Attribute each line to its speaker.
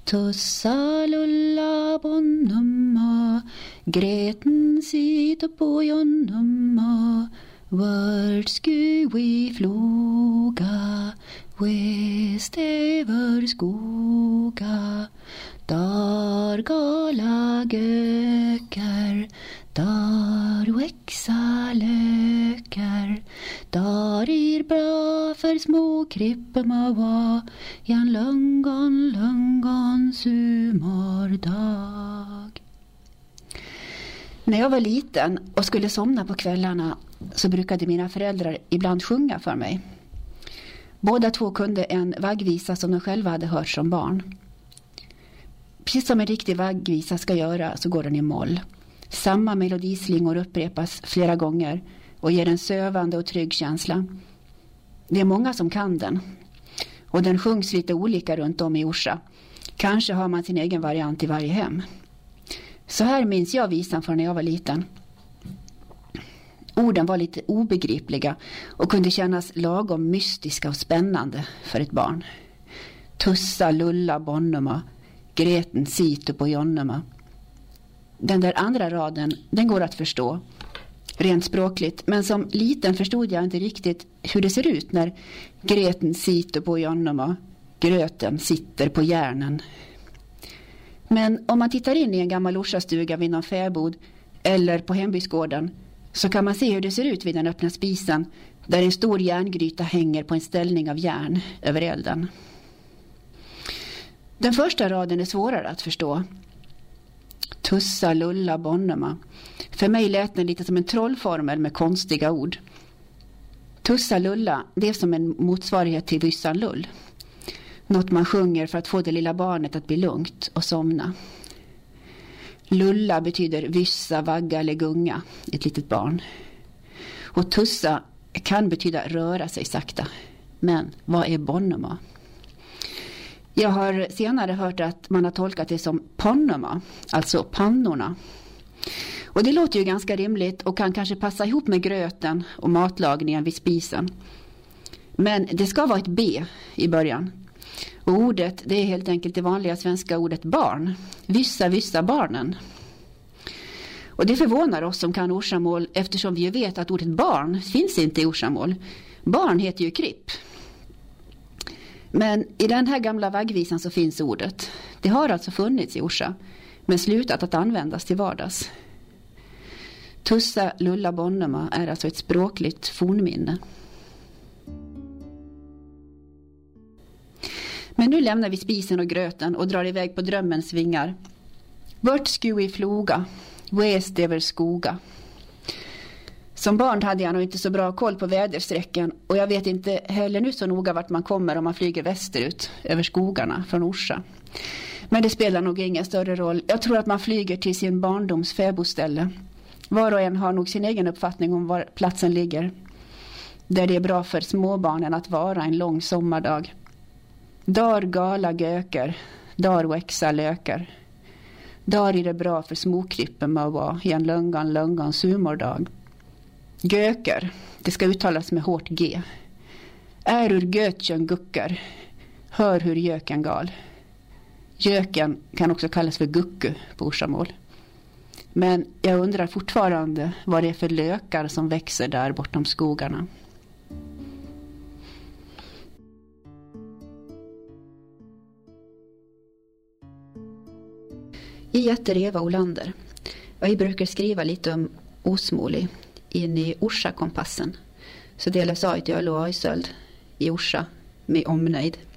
Speaker 1: Tussa lulla bonnumma, greten sitter på jonnumma, vart sku vi floga, west över skoga, där gala göker, där växa lökar, där är bra för små krippema var, en löngan sumardag. När jag var liten och skulle somna på kvällarna så brukade mina föräldrar ibland sjunga för mig. Båda två kunde en vaggvisa som de själva hade hört som barn. Precis som en riktig vaggvisa ska göra så går den i moll. Samma melodislingor upprepas flera gånger och ger en sövande och trygg känsla. Det är många som kan den. Och den sjungs lite olika runt om i Orsa. Kanske har man sin egen variant i varje hem. Så här minns jag visan från när jag var liten. Orden var lite obegripliga och kunde kännas lagom mystiska och spännande för ett barn. Tussa lulla bonnumma, greten situ på jonnumma. Den där andra raden, den går att förstå rent språkligt, men som liten förstod jag inte riktigt hur det ser ut när greten situ på jonnumma, gröten sitter på järnen. Men om man tittar in i en gammal Orsastuga vid någon fäbod eller på hembygdsgården så kan man se hur det ser ut vid den öppna spisen där en stor järngryta hänger på en ställning av järn över elden. Den första raden är svårare att förstå. Tussa lulla bonnumma. För mig lät den lite som en trollformel med konstiga ord. Tussa lulla, det är som en motsvarighet till vyssan lull. Något man sjunger för att få det lilla barnet att bli lugnt och somna. Lulla betyder vyssa, vagga eller gunga, ett litet barn. Och tussa kan betyda röra sig sakta. Men vad är bonnumma? Jag har senare hört att man har tolkat det som ponnumma, alltså pannorna. Och det låter ju ganska rimligt och kan kanske passa ihop med gröten och matlagningen vid spisen. Men det ska vara ett B i början. Och ordet, det är helt enkelt det vanliga svenska ordet barn. Vyssa barnen. Och det förvånar oss som kan orsamål eftersom vi ju vet att ordet barn finns inte i orsamål. Barn heter ju kripp. Men i den här gamla vaggvisan så finns ordet. Det har alltså funnits i Orsa, men slutat att användas till vardags. Tussa lulla bonnumma är alltså ett språkligt fornminne. Men nu lämnar vi spisen och gröten och drar iväg på drömmens vingar. Vart sku vi floga, west över skoga. Som barn hade jag nog inte så bra koll på vädersträcken och jag vet inte heller nu så noga vart man kommer om man flyger västerut över skogarna från Orsa. Men det spelar nog ingen större roll. Jag tror att man flyger till sin barndoms fäboställe. Var och en har nog sin egen uppfattning om var platsen ligger. Där det är bra för småbarnen att vara en lång sommardag. Dar gala göker, dar växa lökar. Dar är det bra för småkrippen med att vara i en löngan sumardag. Göker, det ska uttalas med hårt G. Är ur götjön guckar, hör hur göken gal. Göken kan också kallas för gucku på orsamål. Men jag undrar fortfarande vad det är för lökar som växer där bortom skogarna. Jag heter Eva Olander och jag brukar skriva lite om Osmoli in i Orsa-kompassen. Så delas av till Öl och Öjsöld i Orsa med omnejd.